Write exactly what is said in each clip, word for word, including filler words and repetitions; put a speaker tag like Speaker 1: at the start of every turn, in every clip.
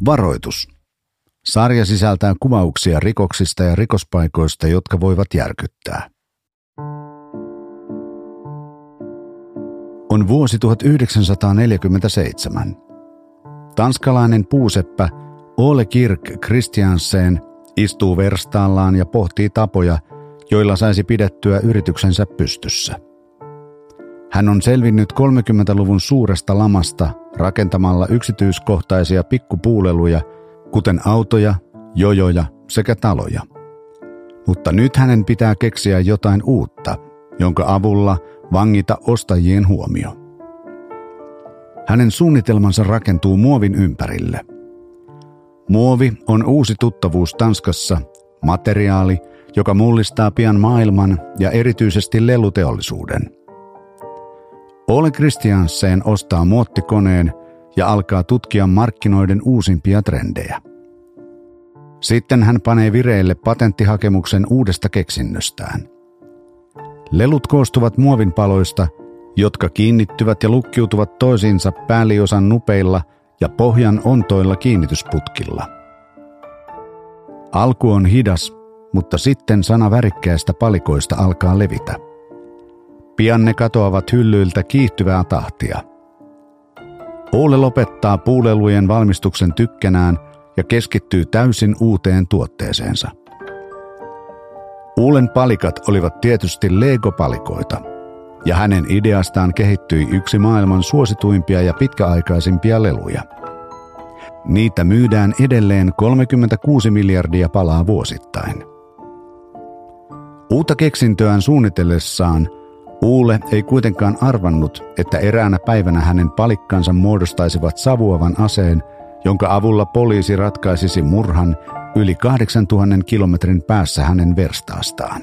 Speaker 1: Varoitus. Sarja sisältää kuvauksia rikoksista ja rikospaikoista, jotka voivat järkyttää. On vuosi tuhatyhdeksänsataaneljäkymmentäseitsemän. Tanskalainen puuseppä Ole Kirk Christiansen istuu verstaallaan ja pohtii tapoja, joilla saisi pidettyä yrityksensä pystyssä. Hän on selvinnyt kolmekymmentäluvun suuresta lamasta rakentamalla yksityiskohtaisia pikkupuuleluja, kuten autoja, jojoja sekä taloja. Mutta nyt hänen pitää keksiä jotain uutta, jonka avulla vangita ostajien huomio. Hänen suunnitelmansa rakentuu muovin ympärille. Muovi on uusi tuttavuus Tanskassa, materiaali, joka mullistaa pian maailman ja erityisesti leluteollisuuden. Ole Christiansen ostaa muottikoneen ja alkaa tutkia markkinoiden uusimpia trendejä. Sitten hän panee vireille patenttihakemuksen uudesta keksinnöstään. Lelut koostuvat muovinpaloista, jotka kiinnittyvät ja lukkiutuvat toisiinsa pääliosan nupeilla ja pohjan ontoilla kiinnitysputkilla. Alku on hidas, mutta sitten sana värikkäistä palikoista alkaa levitä. Pian ne katoavat hyllyiltä kiihtyvää tahtia. Ole lopettaa puulelujen valmistuksen tykkänään ja keskittyy täysin uuteen tuotteeseensa. Olen palikat olivat tietysti Lego-palikoita, ja hänen ideastaan kehittyi yksi maailman suosituimpia ja pitkäaikaisimpia leluja. Niitä myydään edelleen kolmekymmentäkuusi miljardia palaa vuosittain. Uutta keksintöään suunnitellessaan Ole ei kuitenkaan arvannut, että eräänä päivänä hänen palikkansa muodostaisivat savuavan aseen, jonka avulla poliisi ratkaisisi murhan yli kahdeksantuhannen kilometrin päässä hänen verstaastaan.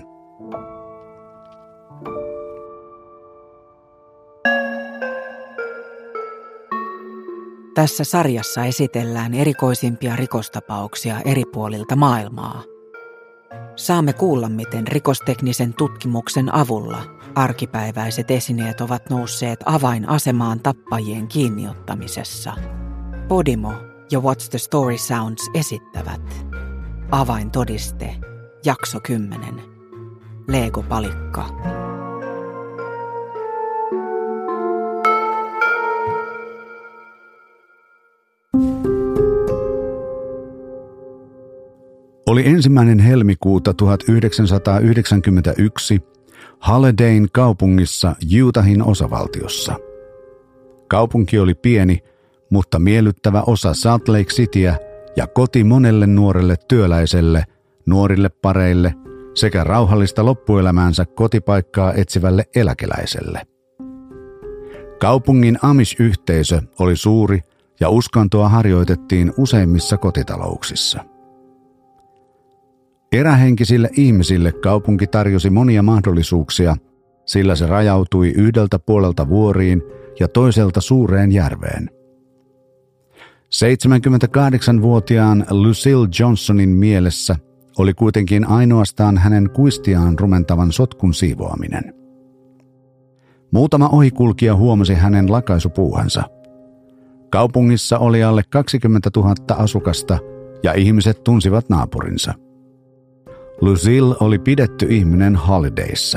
Speaker 2: Tässä sarjassa esitellään erikoisimpia rikostapauksia eri puolilta maailmaa. Saamme kuulla, miten rikosteknisen tutkimuksen avulla arkipäiväiset esineet ovat nousseet avainasemaan tappajien kiinniottamisessa. Podimo ja What's the Story Sounds esittävät Avaintodiste, jakso kymmenen. Lego-palikka.
Speaker 1: Oli ensimmäinen helmikuuta tuhatyhdeksänsataayhdeksänkymmentäyksi Hallidayn kaupungissa Utahin osavaltiossa. Kaupunki oli pieni, mutta miellyttävä osa Salt Lake Cityä ja koti monelle nuorelle työläiselle, nuorille pareille sekä rauhallista loppuelämäänsä kotipaikkaa etsivälle eläkeläiselle. Kaupungin Amish-yhteisö oli suuri ja uskontoa harjoitettiin useimmissa kotitalouksissa. Erähenkisille ihmisille kaupunki tarjosi monia mahdollisuuksia, sillä se rajautui yhdeltä puolelta vuoriin ja toiselta suureen järveen. seitsemänkymmentäkahdeksanvuotiaan Lucille Johnsonin mielessä oli kuitenkin ainoastaan hänen kuistiaan rumentavan sotkun siivoaminen. Muutama ohikulkija huomasi hänen lakaisupuuhansa. Kaupungissa oli alle kaksikymmentätuhatta asukasta ja ihmiset tunsivat naapurinsa. Lucille oli pidetty ihminen Hollidayssa.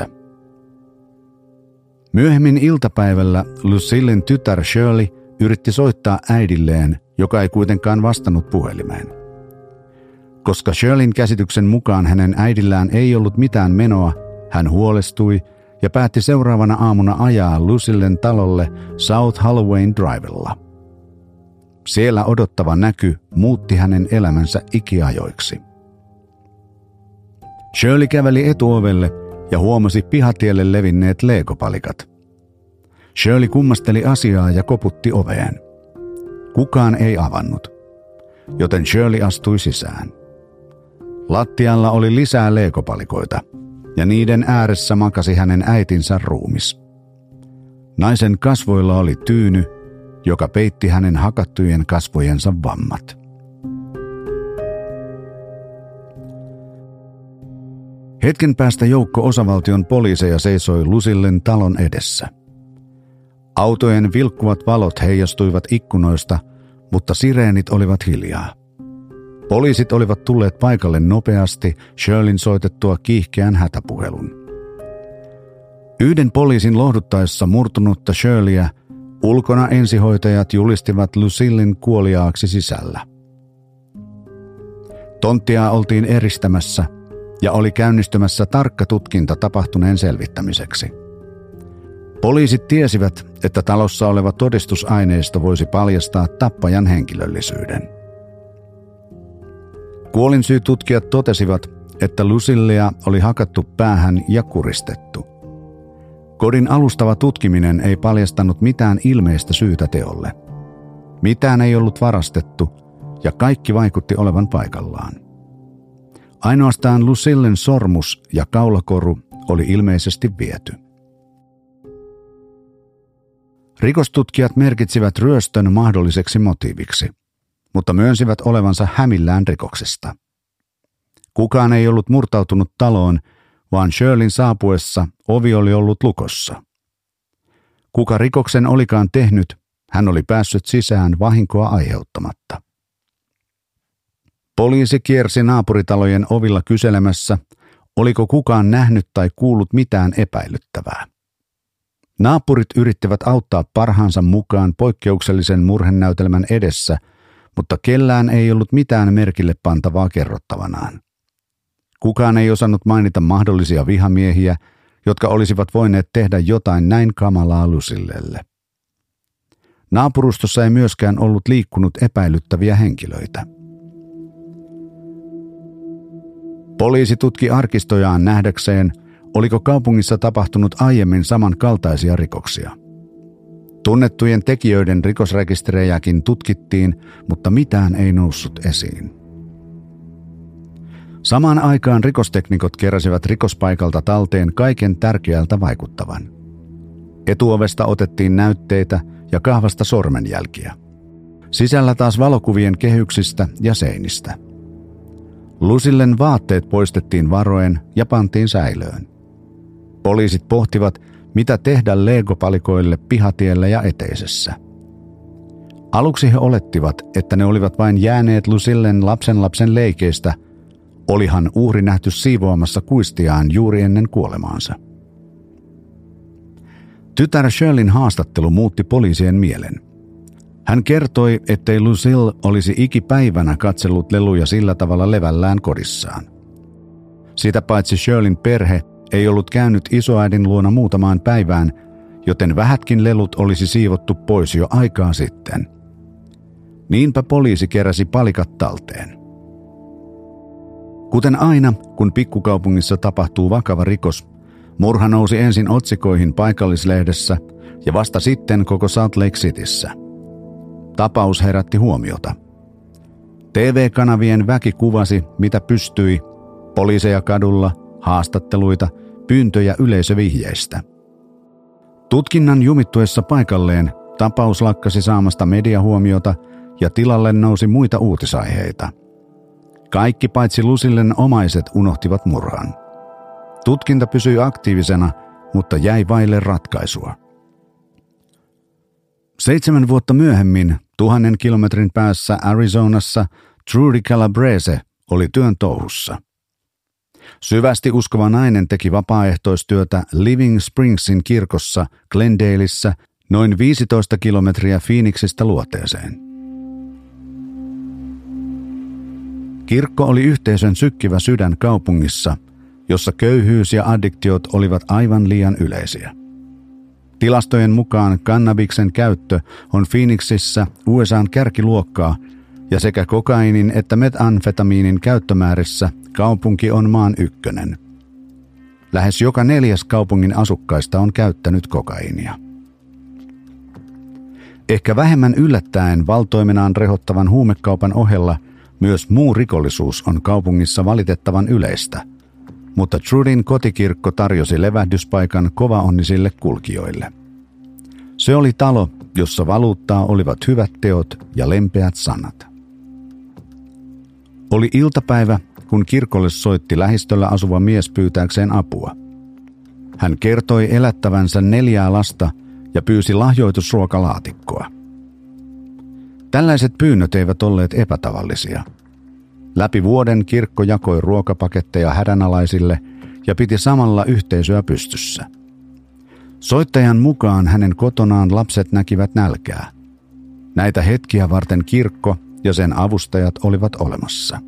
Speaker 1: Myöhemmin iltapäivällä Lucillen tytär Shirley yritti soittaa äidilleen, joka ei kuitenkaan vastannut puhelimeen. Koska Shirleyn käsityksen mukaan hänen äidillään ei ollut mitään menoa, hän huolestui ja päätti seuraavana aamuna ajaa Lucillen talolle South Holloway Drivella. Siellä odottava näky muutti hänen elämänsä ikiajoiksi. Shirley käveli etuovelle ja huomasi pihatielle levinneet Lego-palikat. Shirley kummasteli asiaa ja koputti oveen. Kukaan ei avannut, joten Shirley astui sisään. Lattialla oli lisää Lego-palikoita ja niiden ääressä makasi hänen äitinsä ruumis. Naisen kasvoilla oli tyyny, joka peitti hänen hakattujen kasvojensa vammat. Hetken päästä joukko osavaltion poliiseja seisoi Lucillen talon edessä. Autojen vilkkuvat valot heijastuivat ikkunoista, mutta sireenit olivat hiljaa. Poliisit olivat tulleet paikalle nopeasti Shirleyn soitettua kiihkeän hätäpuhelun. Yhden poliisin lohduttaessa murtunutta Shirleyä ulkona ensihoitajat julistivat Lucillen kuoliaaksi sisällä. Tonttia oltiin eristämässä ja oli käynnistymässä tarkka tutkinta tapahtuneen selvittämiseksi. Poliisit tiesivät, että talossa oleva todistusaineisto voisi paljastaa tappajan henkilöllisyyden. Kuolinsyytutkijat totesivat, että Lucillea oli hakattu päähän ja kuristettu. Kodin alustava tutkiminen ei paljastanut mitään ilmeistä syytä teolle. Mitään ei ollut varastettu ja kaikki vaikutti olevan paikallaan. Ainoastaan Lucillen sormus ja kaulakoru oli ilmeisesti viety. Rikostutkijat merkitsivät ryöstön mahdolliseksi motiiviksi, mutta myönsivät olevansa hämillään rikoksesta. Kukaan ei ollut murtautunut taloon, vaan Shirleyn saapuessa ovi oli ollut lukossa. Kuka rikoksen olikaan tehnyt, hän oli päässyt sisään vahinkoa aiheuttamatta. Poliisi kiersi naapuritalojen ovilla kyselemässä, oliko kukaan nähnyt tai kuullut mitään epäilyttävää. Naapurit yrittivät auttaa parhaansa mukaan poikkeuksellisen murhenäytelmän edessä, mutta kellään ei ollut mitään merkille pantavaa kerrottavanaan. Kukaan ei osannut mainita mahdollisia vihamiehiä, jotka olisivat voineet tehdä jotain näin kamalaa Lucillelle. Naapurustossa ei myöskään ollut liikkunut epäilyttäviä henkilöitä. Poliisi tutki arkistojaan nähdäkseen, oliko kaupungissa tapahtunut aiemmin samankaltaisia rikoksia. Tunnettujen tekijöiden rikosrekisterejäkin tutkittiin, mutta mitään ei noussut esiin. Samaan aikaan rikosteknikot keräsivät rikospaikalta talteen kaiken tärkeältä vaikuttavan. Etuovesta otettiin näytteitä ja kahvasta sormenjälkiä. Sisällä taas valokuvien kehyksistä ja seinistä. Lucillen vaatteet poistettiin varoen ja pantiin säilöön. Poliisit pohtivat, mitä tehdä Lego-palikoille pihatiellä ja eteisessä. Aluksi he olettivat, että ne olivat vain jääneet Lucillen lapsenlapsen leikeistä, olihan uhri nähty siivoamassa kuistiaan juuri ennen kuolemaansa. Tytär Shirleyn haastattelu muutti poliisien mielen. Hän kertoi, ettei Lucille olisi ikipäivänä katsellut leluja sillä tavalla levällään kodissaan. Sitä paitsi Shirleyn perhe ei ollut käynyt isoäidin luona muutamaan päivään, joten vähätkin lelut olisi siivottu pois jo aikaa sitten. Niinpä poliisi keräsi palikat talteen. Kuten aina, kun pikkukaupungissa tapahtuu vakava rikos, murha nousi ensin otsikoihin paikallislehdessä ja vasta sitten koko Salt Lake Cityssä. Tapaus herätti huomiota. T V-kanavien väki kuvasi, mitä pystyi, poliiseja kadulla, haastatteluita, pyyntöjä yleisövihjeistä. Tutkinnan jumittuessa paikalleen tapaus lakkasi saamasta mediahuomiota ja tilalle nousi muita uutisaiheita. Kaikki paitsi Lucillen omaiset unohtivat murhan. Tutkinta pysyi aktiivisena, mutta jäi vaille ratkaisua. Seitsemän vuotta myöhemmin, tuhannen kilometrin päässä Arizonassa, Trudy Calabrese oli työn touhussa. Syvästi uskova nainen teki vapaaehtoistyötä Living Springsin kirkossa Glendaleissa noin viisitoista kilometriä Phoenixista luoteeseen. Kirkko oli yhteisön sykkivä sydän kaupungissa, jossa köyhyys ja addiktiot olivat aivan liian yleisiä. Tilastojen mukaan kannabiksen käyttö on Phoenixissä U S A:n kärkiluokkaa ja sekä kokainin että metamfetamiinin käyttömäärissä kaupunki on maan ykkönen. Lähes joka neljäs kaupungin asukkaista on käyttänyt kokaiinia. Ehkä vähemmän yllättäen valtoimenaan rehottavan huumekaupan ohella myös muu rikollisuus on kaupungissa valitettavan yleistä, mutta Trudyn kotikirkko tarjosi levähdyspaikan kovaonnisille kulkijoille. Se oli talo, jossa valuuttaa olivat hyvät teot ja lempeät sanat. Oli iltapäivä, kun kirkolle soitti lähistöllä asuva mies pyytääkseen apua. Hän kertoi elättävänsä neljää lasta ja pyysi lahjoitusruokalaatikkoa. Tällaiset pyynnöt eivät olleet epätavallisia. Läpi vuoden kirkko jakoi ruokapaketteja hädänalaisille ja piti samalla yhteisöä pystyssä. Soittajan mukaan hänen kotonaan lapset näkivät nälkää. Näitä hetkiä varten kirkko ja sen avustajat olivat olemassa.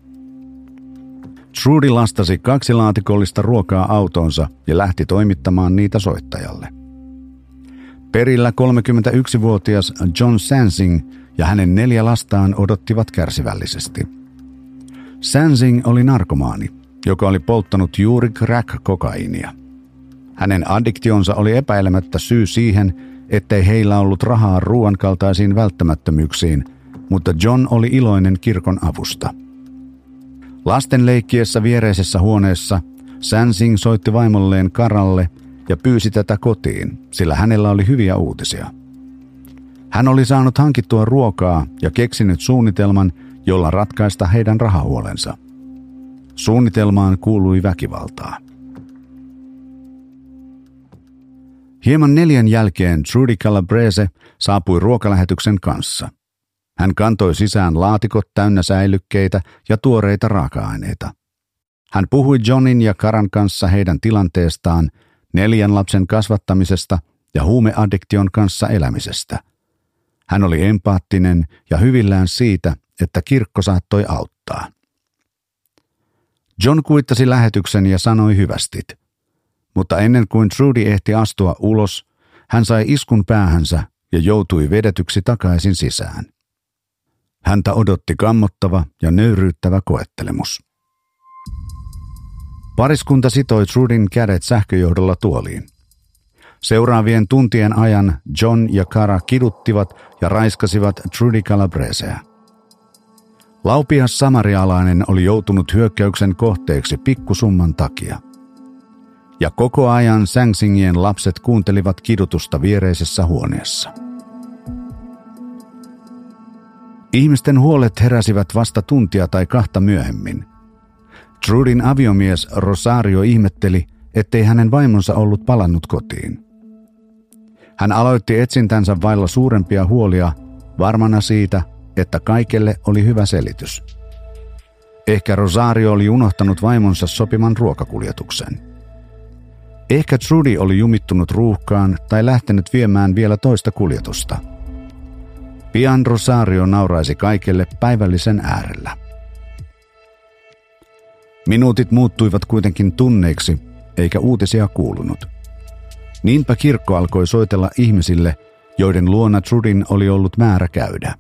Speaker 1: Trudy lastasi kaksi laatikollista ruokaa autoonsa ja lähti toimittamaan niitä soittajalle. Perillä kolmekymmentäyksivuotias John Sansing ja hänen neljä lastaan odottivat kärsivällisesti. Sansing oli narkomaani, joka oli polttanut juuri crack-kokaiinia. Hänen addiktionsa oli epäilemättä syy siihen, ettei heillä ollut rahaa ruoan kaltaisiin välttämättömyyksiin, mutta John oli iloinen kirkon avusta. Lasten leikkiessä viereisessä huoneessa Sansing soitti vaimolleen Karalle ja pyysi tätä kotiin, sillä hänellä oli hyviä uutisia. Hän oli saanut hankittua ruokaa ja keksinyt suunnitelman, jolla ratkaista heidän rahahuolensa. Suunnitelmaan kuului väkivaltaa. Hieman neljän jälkeen Trudy Calabrese saapui ruokalähetyksen kanssa. Hän kantoi sisään laatikot täynnä säilykkeitä ja tuoreita raaka-aineita. Hän puhui Johnin ja Karan kanssa heidän tilanteestaan, neljän lapsen kasvattamisesta ja huumeaddiktion kanssa elämisestä. Hän oli empaattinen ja hyvillään siitä, että kirkko saattoi auttaa. John kuittasi lähetyksen ja sanoi hyvästit. Mutta ennen kuin Trudy ehti astua ulos, hän sai iskun päähänsä ja joutui vedetyksi takaisin sisään. Häntä odotti kammottava ja nöyryyttävä koettelemus. Pariskunta sitoi Trudyn kädet sähköjohdolla tuoliin. Seuraavien tuntien ajan John ja Kara kiduttivat ja raiskasivat Trudy Calabresea. Laupias samarialainen oli joutunut hyökkäyksen kohteeksi pikkusumman takia. Ja koko ajan Sansingien lapset kuuntelivat kidutusta viereisessä huoneessa. Ihmisten huolet heräsivät vasta tuntia tai kahta myöhemmin. Trudyn aviomies Rosario ihmetteli, ettei hänen vaimonsa ollut palannut kotiin. Hän aloitti etsintänsä vailla suurempia huolia, varmana siitä, että kaikelle oli hyvä selitys. Ehkä Rosario oli unohtanut vaimonsa sopiman ruokakuljetuksen. Ehkä Trudy oli jumittunut ruuhkaan tai lähtenyt viemään vielä toista kuljetusta. Pian Rosario nauraisi kaikelle päivällisen äärellä. Minuutit muuttuivat kuitenkin tunneiksi, eikä uutisia kuulunut. Niinpä kirkko alkoi soitella ihmisille, joiden luona Trudyn oli ollut määrä käydä.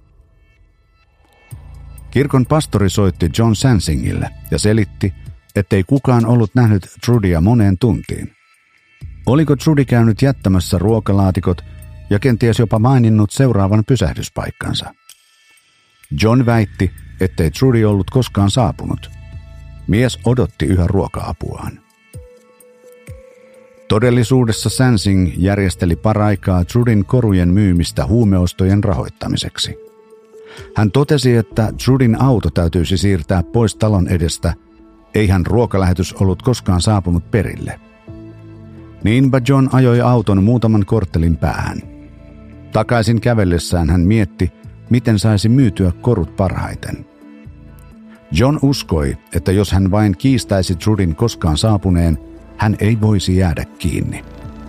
Speaker 1: Kirkon pastori soitti John Sansingille ja selitti, ettei kukaan ollut nähnyt Trudya moneen tuntiin. Oliko Trudy käynyt jättämässä ruokalaatikot ja kenties jopa maininnut seuraavan pysähdyspaikkansa? John väitti, ettei Trudy ollut koskaan saapunut. Mies odotti yhä ruoka-apuaan. Todellisuudessa Sansing järjesteli paraikaa Trudyn korujen myymistä huumeostojen rahoittamiseksi. Hän totesi, että Trudyn auto täytyisi siirtää pois talon edestä, eihän ruokalähetys ollut koskaan saapunut perille. Niinpä John ajoi auton muutaman korttelin päähän. Takaisin kävellessään hän mietti, miten saisi myytyä korut parhaiten. John uskoi, että jos hän vain kiistäisi Trudyn koskaan saapuneen, hän ei voisi jäädä kiinni.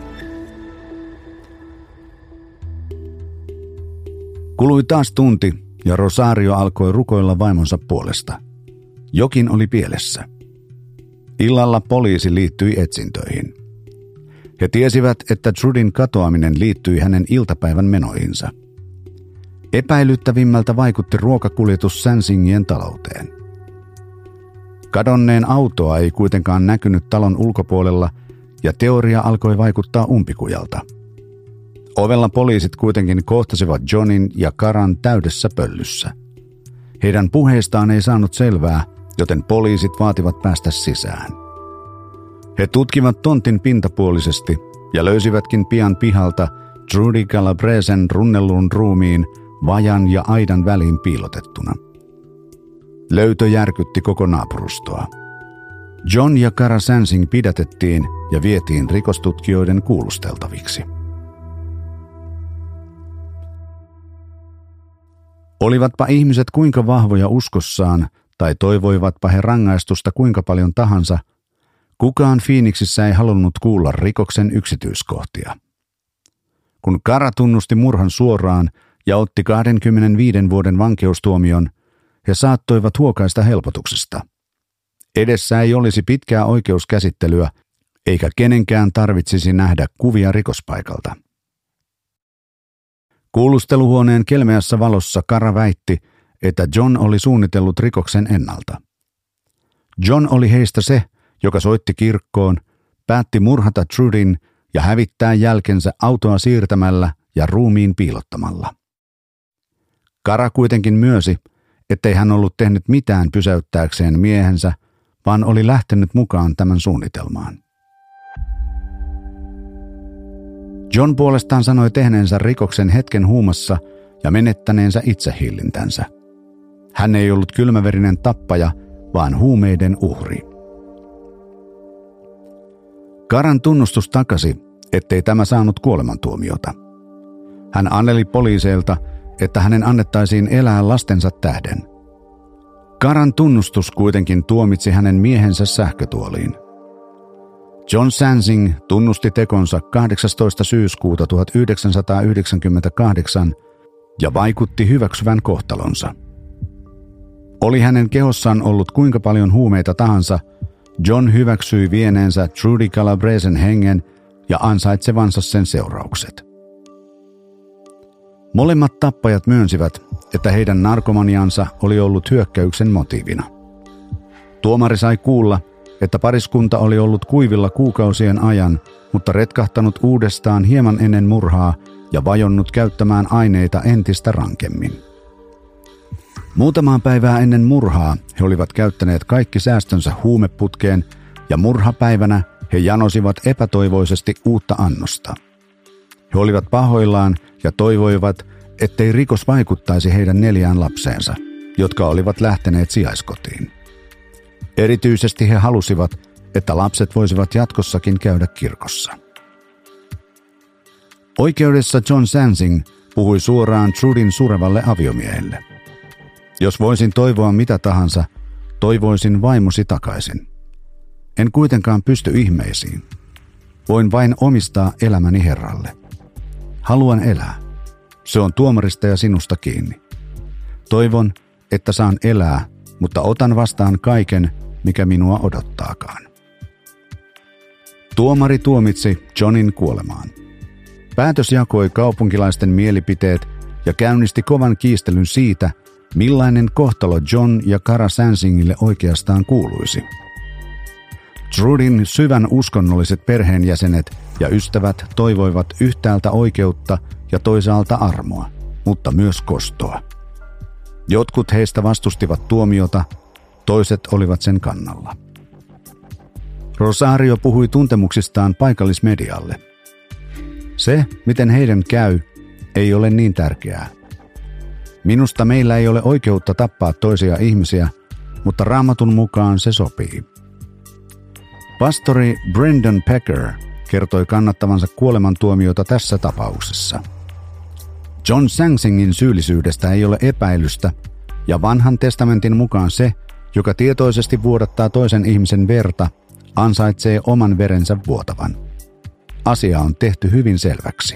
Speaker 1: Kului taas tunti ja Rosario alkoi rukoilla vaimonsa puolesta. Jokin oli pielessä. Illalla poliisi liittyi etsintöihin. He tiesivät, että Trudyn katoaminen liittyi hänen iltapäivän menoihinsa. Epäilyttävimmältä vaikutti ruokakuljetus Sansingien talouteen. Kadonneen autoa ei kuitenkaan näkynyt talon ulkopuolella ja teoria alkoi vaikuttaa umpikujalta. Ovella poliisit kuitenkin kohtasivat Johnin ja Karan täydessä pöllyssä. Heidän puheistaan ei saanut selvää, joten poliisit vaativat päästä sisään. He tutkivat tontin pintapuolisesti ja löysivätkin pian pihalta Trudy Calabresen runnellun ruumiin vajan ja aidan väliin piilotettuna. Löytö järkytti koko naapurustoa. John ja Kara Sansing pidätettiin ja vietiin rikostutkijoiden kuulusteltaviksi. Olivatpa ihmiset kuinka vahvoja uskossaan tai toivoivatpa he rangaistusta kuinka paljon tahansa, kukaan Phoenixissä ei halunnut kuulla rikoksen yksityiskohtia. Kun Kara tunnusti murhan suoraan ja otti kaksikymmentäviisi vuoden vankeustuomion, he saattoivat huokaista helpotuksesta. Edessä ei olisi pitkää oikeuskäsittelyä, eikä kenenkään tarvitsisi nähdä kuvia rikospaikalta. Kuulusteluhuoneen kelmeässä valossa Kara väitti, että John oli suunnitellut rikoksen ennalta. John oli heistä se, joka soitti kirkkoon, päätti murhata Trudin ja hävittää jälkensä autoa siirtämällä ja ruumiin piilottamalla. Kara kuitenkin myönsi, ettei hän ollut tehnyt mitään pysäyttääkseen miehensä, vaan oli lähtenyt mukaan tämän suunnitelmaan. John puolestaan sanoi tehneensä rikoksen hetken huumassa ja menettäneensä itsehillintänsä. Hän ei ollut kylmäverinen tappaja, vaan huumeiden uhri. Karan tunnustus takasi, ettei tämä saanut kuolemantuomiota. Hän anneli poliiseilta, että hänen annettaisiin elää lastensa tähden. Karan tunnustus kuitenkin tuomitsi hänen miehensä sähkötuoliin. John Sansing tunnusti tekonsa kahdeksastoista syyskuuta tuhatyhdeksänsataayhdeksänkymmentäkahdeksan ja vaikutti hyväksyvän kohtalonsa. Oli hänen kehossaan ollut kuinka paljon huumeita tahansa, John hyväksyi vieneensä Trudy Calabresen hengen ja ansaitsevansa sen seuraukset. Molemmat tappajat myönsivät, että heidän narkomaniansa oli ollut hyökkäyksen motiivina. Tuomari sai kuulla, että pariskunta oli ollut kuivilla kuukausien ajan, mutta retkahtanut uudestaan hieman ennen murhaa ja vajonnut käyttämään aineita entistä rankemmin. Muutamaa päivää ennen murhaa he olivat käyttäneet kaikki säästönsä huumeputkeen ja murhapäivänä he janosivat epätoivoisesti uutta annosta. He olivat pahoillaan ja toivoivat, ettei rikos vaikuttaisi heidän neljään lapseensa, jotka olivat lähteneet sijaiskotiin. Erityisesti he halusivat, että lapset voisivat jatkossakin käydä kirkossa. Oikeudessa John Sansing puhui suoraan Trudin surevalle aviomiehelle. Jos voisin toivoa mitä tahansa, toivoisin vaimosi takaisin. En kuitenkaan pysty ihmeisiin. Voin vain omistaa elämäni Herralle. Haluan elää. Se on tuomarista ja sinusta kiinni. Toivon, että saan elää, mutta otan vastaan kaiken, mikä minua odottaakaan. Tuomari tuomitsi Johnin kuolemaan. Päätös jakoi kaupunkilaisten mielipiteet ja käynnisti kovan kiistelyn siitä, millainen kohtalo John ja Kara Sansingille oikeastaan kuuluisi. Trudin syvän uskonnolliset perheenjäsenet ja ystävät toivoivat yhtäältä oikeutta ja toisaalta armoa, mutta myös kostoa. Jotkut heistä vastustivat tuomiota, toiset olivat sen kannalla. Rosario puhui tuntemuksistaan paikallismedialle. Se, miten heidän käy, ei ole niin tärkeää. Minusta meillä ei ole oikeutta tappaa toisia ihmisiä, mutta Raamatun mukaan se sopii. Pastori Brendan Pecker kertoi kannattavansa kuolemantuomiota tässä tapauksessa. John Sansingin syyllisyydestä ei ole epäilystä, ja vanhan testamentin mukaan se, joka tietoisesti vuodattaa toisen ihmisen verta, ansaitsee oman verensä vuotavan. Asia on tehty hyvin selväksi.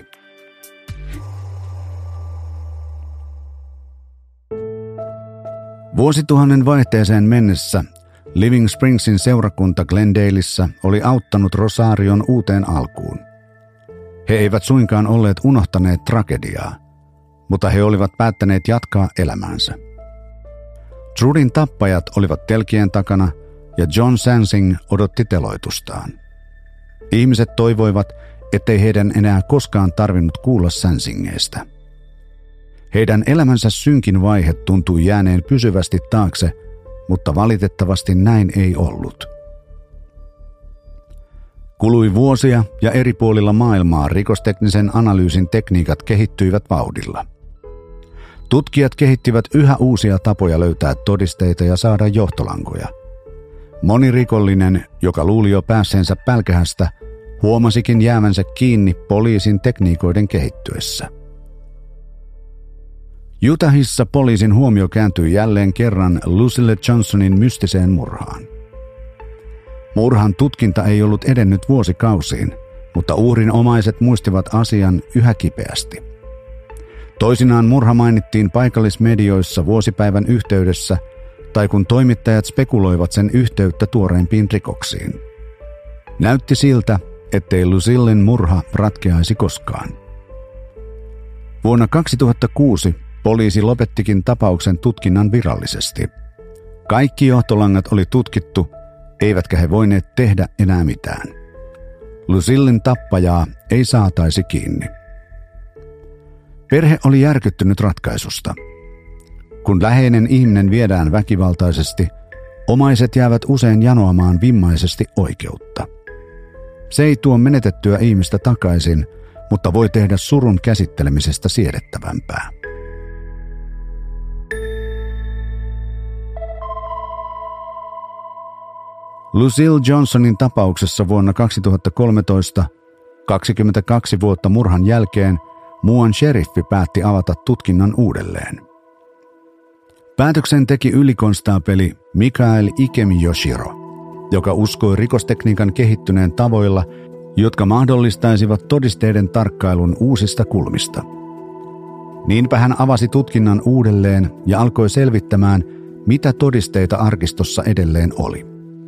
Speaker 1: Vuosituhannen vaihteeseen mennessä Living Springsin seurakunta Glendaleissa oli auttanut Rosarion uuteen alkuun. He eivät suinkaan olleet unohtaneet tragediaa, mutta he olivat päättäneet jatkaa elämäänsä. Trudin tappajat olivat telkien takana ja John Sansing odotti teloitustaan. Ihmiset toivoivat, ettei heidän enää koskaan tarvinnut kuulla Sansingeistä. Heidän elämänsä synkin vaihe tuntui jääneen pysyvästi taakse, mutta valitettavasti näin ei ollut. Kului vuosia ja eri puolilla maailmaa rikosteknisen analyysin tekniikat kehittyivät vauhdilla. Tutkijat kehittivät yhä uusia tapoja löytää todisteita ja saada johtolankoja. Moni rikollinen, joka luuli jo päässeensä pälkähästä, huomasikin jäävänsä kiinni poliisin tekniikoiden kehittyessä. Utahissa poliisin huomio kääntyi jälleen kerran Lucille Johnsonin mystiseen murhaan. Murhan tutkinta ei ollut edennyt vuosikausiin, mutta uhrin omaiset muistivat asian yhä kipeästi. Toisinaan murha mainittiin paikallismedioissa vuosipäivän yhteydessä tai kun toimittajat spekuloivat sen yhteyttä tuoreimpiin rikoksiin. Näytti siltä, ettei Lucillen murha ratkeaisi koskaan. Vuonna kaksituhattakuusi poliisi lopettikin tapauksen tutkinnan virallisesti. Kaikki johtolangat oli tutkittu, eivätkä he voineet tehdä enää mitään. Lucillen tappajaa ei saataisi kiinni. Perhe oli järkyttynyt ratkaisusta. Kun läheinen ihminen viedään väkivaltaisesti, omaiset jäävät usein janoamaan vimmaisesti oikeutta. Se ei tuo menetettyä ihmistä takaisin, mutta voi tehdä surun käsittelemisestä siedettävämpää. Lucille Johnsonin tapauksessa vuonna kaksituhattakolmetoista, kaksikymmentäkaksi vuotta murhan jälkeen, muuan sheriffi päätti avata tutkinnan uudelleen. Päätöksen teki ylikonstaapeli Mikael Ikemiyoshiro, joka uskoi rikostekniikan kehittyneen tavoilla, jotka mahdollistaisivat todisteiden tarkkailun uusista kulmista. Niinpä hän avasi tutkinnan uudelleen ja alkoi selvittämään, mitä todisteita arkistossa edelleen oli.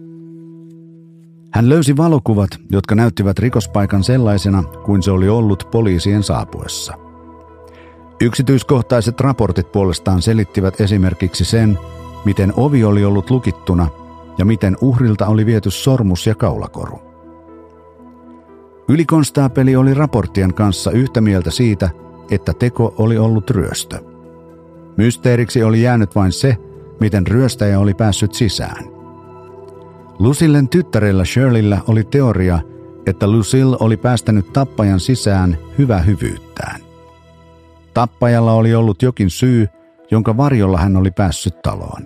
Speaker 1: Hän löysi valokuvat, jotka näyttivät rikospaikan sellaisena kuin se oli ollut poliisien saapuessa. Yksityiskohtaiset raportit puolestaan selittivät esimerkiksi sen, miten ovi oli ollut lukittuna ja miten uhrilta oli viety sormus ja kaulakoru. Ylikonstaapeli oli raporttien kanssa yhtä mieltä siitä, että teko oli ollut ryöstö. Mysteeriksi oli jäänyt vain se, miten ryöstäjä oli päässyt sisään. Lucillen tyttärellä Shirleyllä oli teoria, että Lucille oli päästänyt tappajan sisään hyvä hyvyyttään. Tappajalla oli ollut jokin syy, jonka varjolla hän oli päässyt taloon.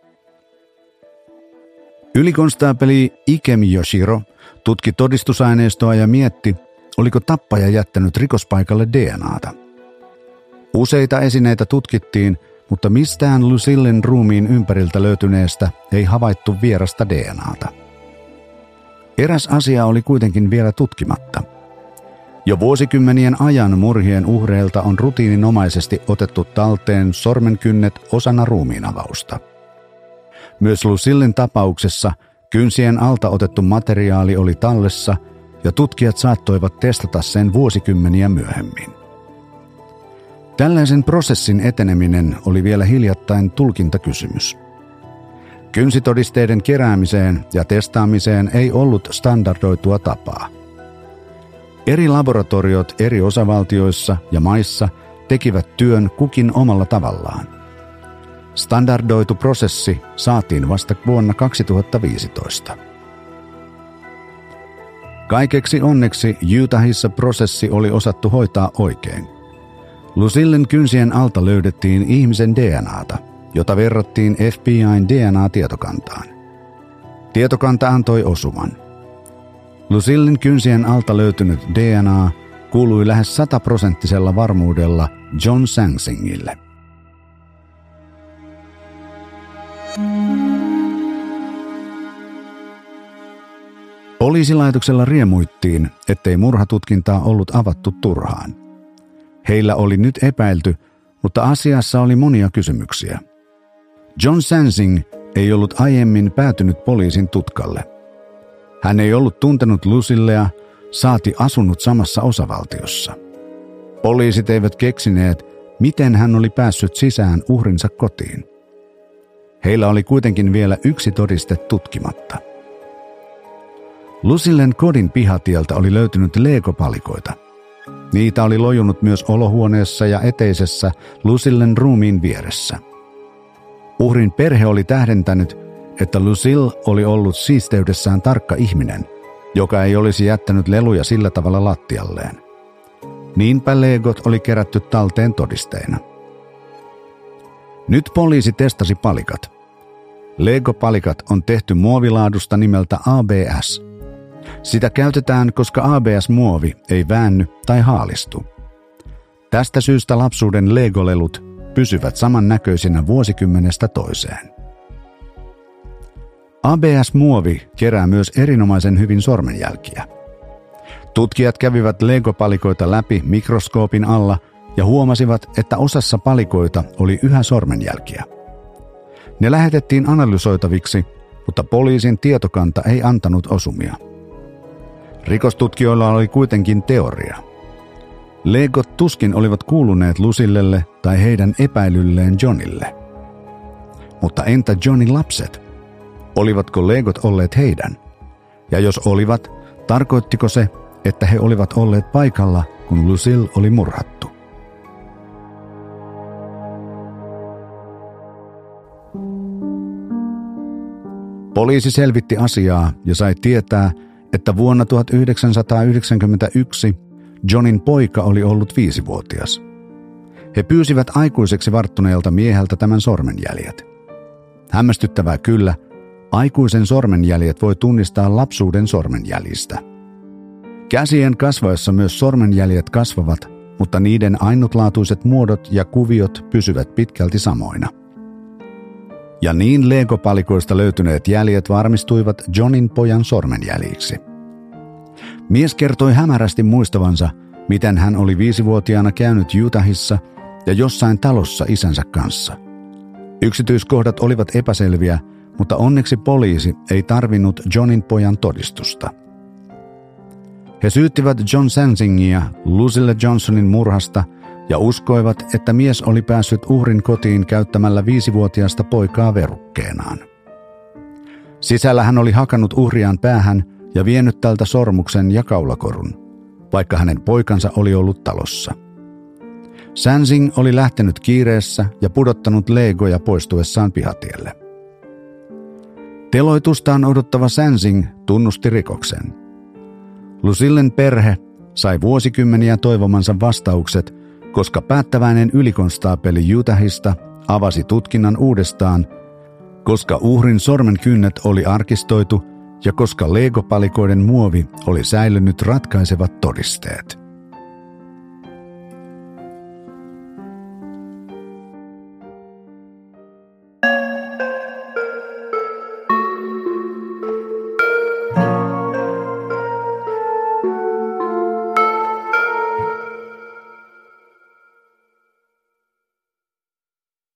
Speaker 1: Ylikonstaapeli Ikemiyoshiro tutki todistusaineistoa ja mietti, oliko tappaja jättänyt rikospaikalle D N A:ta. Useita esineitä tutkittiin, mutta mistään Lucillen ruumiin ympäriltä löytyneestä ei havaittu vierasta D N A:ta. Eräs asia oli kuitenkin vielä tutkimatta. Jo vuosikymmenien ajan murhien uhreilta on rutiininomaisesti otettu talteen sormenkynnet osana ruumiinavausta. Myös Lucillen tapauksessa kynsien alta otettu materiaali oli tallessa ja tutkijat saattoivat testata sen vuosikymmeniä myöhemmin. Tällaisen prosessin eteneminen oli vielä hiljattain tulkintakysymys. Kynsitodisteiden keräämiseen ja testaamiseen ei ollut standardoitua tapaa. Eri laboratoriot eri osavaltioissa ja maissa tekivät työn kukin omalla tavallaan. Standardoitu prosessi saatiin vasta vuonna kaksituhattaviisitoista. Kaikeksi onneksi Utahissa prosessi oli osattu hoitaa oikein. Lucillen kynsien alta löydettiin ihmisen D N A:ta, jota verrattiin F B I:n D N A-tietokantaan. Tietokanta antoi osuman. Lucillen kynsien alta löytynyt D N A kuului lähes sataprosenttisella varmuudella John Sansingille. Poliisilaitoksella riemuittiin, ettei murhatutkintaa ollut avattu turhaan. Heillä oli nyt epäilty, mutta asiassa oli monia kysymyksiä. John Sansing ei ollut aiemmin päätynyt poliisin tutkalle. Hän ei ollut tuntenut Lucillea, saati asunut samassa osavaltiossa. Poliisit eivät keksineet, miten hän oli päässyt sisään uhrinsa kotiin. Heillä oli kuitenkin vielä yksi todiste tutkimatta. Lucillen kodin pihatieltä oli löytynyt Lego-palikoita. Niitä oli lojunut myös olohuoneessa ja eteisessä Lucillen ruumiin vieressä. Uhrin perhe oli tähdentänyt, että Lucille oli ollut siisteydessään tarkka ihminen, joka ei olisi jättänyt leluja sillä tavalla lattialleen. Niinpä Legot oli kerätty talteen todisteina. Nyt poliisi testasi palikat. Lego-palikat on tehty muovilaadusta nimeltä A B S. Sitä käytetään, koska A B S-muovi ei väänny tai haalistu. Tästä syystä lapsuuden Lego-lelut pysyvät samannäköisinä vuosikymmenestä toiseen. A B S-muovi kerää myös erinomaisen hyvin sormenjälkiä. Tutkijat kävivät Lego-palikoita läpi mikroskoopin alla ja huomasivat, että osassa palikoita oli yhä sormenjälkiä. Ne lähetettiin analysoitaviksi, mutta poliisin tietokanta ei antanut osumia. Rikostutkijoilla oli kuitenkin teoria. Legot tuskin olivat kuuluneet Lucillelle tai heidän epäilylleen Johnille. Mutta entä Johnin lapset? Olivatko legot olleet heidän? Ja jos olivat, tarkoittiko se, että he olivat olleet paikalla, kun Lucille oli murhattu? Poliisi selvitti asiaa ja sai tietää, että vuonna tuhatyhdeksänsataayhdeksänkymmentäyksi Johnin poika oli ollut viisivuotias. He pyysivät aikuiseksi varttuneelta mieheltä tämän sormenjäljet. Hämmästyttävää kyllä, aikuisen sormenjäljet voi tunnistaa lapsuuden sormenjäljistä. Käsien kasvaessa myös sormenjäljet kasvavat, mutta niiden ainutlaatuiset muodot ja kuviot pysyvät pitkälti samoina. Ja niin Lego-palikoista löytyneet jäljet varmistuivat Johnin pojan sormenjäljiksi. Mies kertoi hämärästi muistavansa, miten hän oli viisivuotiaana käynyt Utahissa ja jossain talossa isänsä kanssa. Yksityiskohdat olivat epäselviä, mutta onneksi poliisi ei tarvinnut Johnin pojan todistusta. He syyttivät John Sansingia Lucille Johnsonin murhasta ja uskoivat, että mies oli päässyt uhrin kotiin käyttämällä viisivuotiaasta poikaa verukkeenaan. Sisällä hän oli hakannut uhriaan päähän ja vienyt tältä sormuksen ja kaulakorun, vaikka hänen poikansa oli ollut talossa. Sansing oli lähtenyt kiireessä ja pudottanut legoja poistuessaan pihatielle. Teloitustaan odottava Sansing tunnusti rikoksen. Lucillen perhe sai vuosikymmeniä toivomansa vastaukset, koska päättäväinen ylikonstaapeli Utahista avasi tutkinnan uudestaan, koska uhrin sormenkynnet oli arkistoitu ja koska Lego-palikoiden muovi oli säilynyt ratkaisevat todisteet.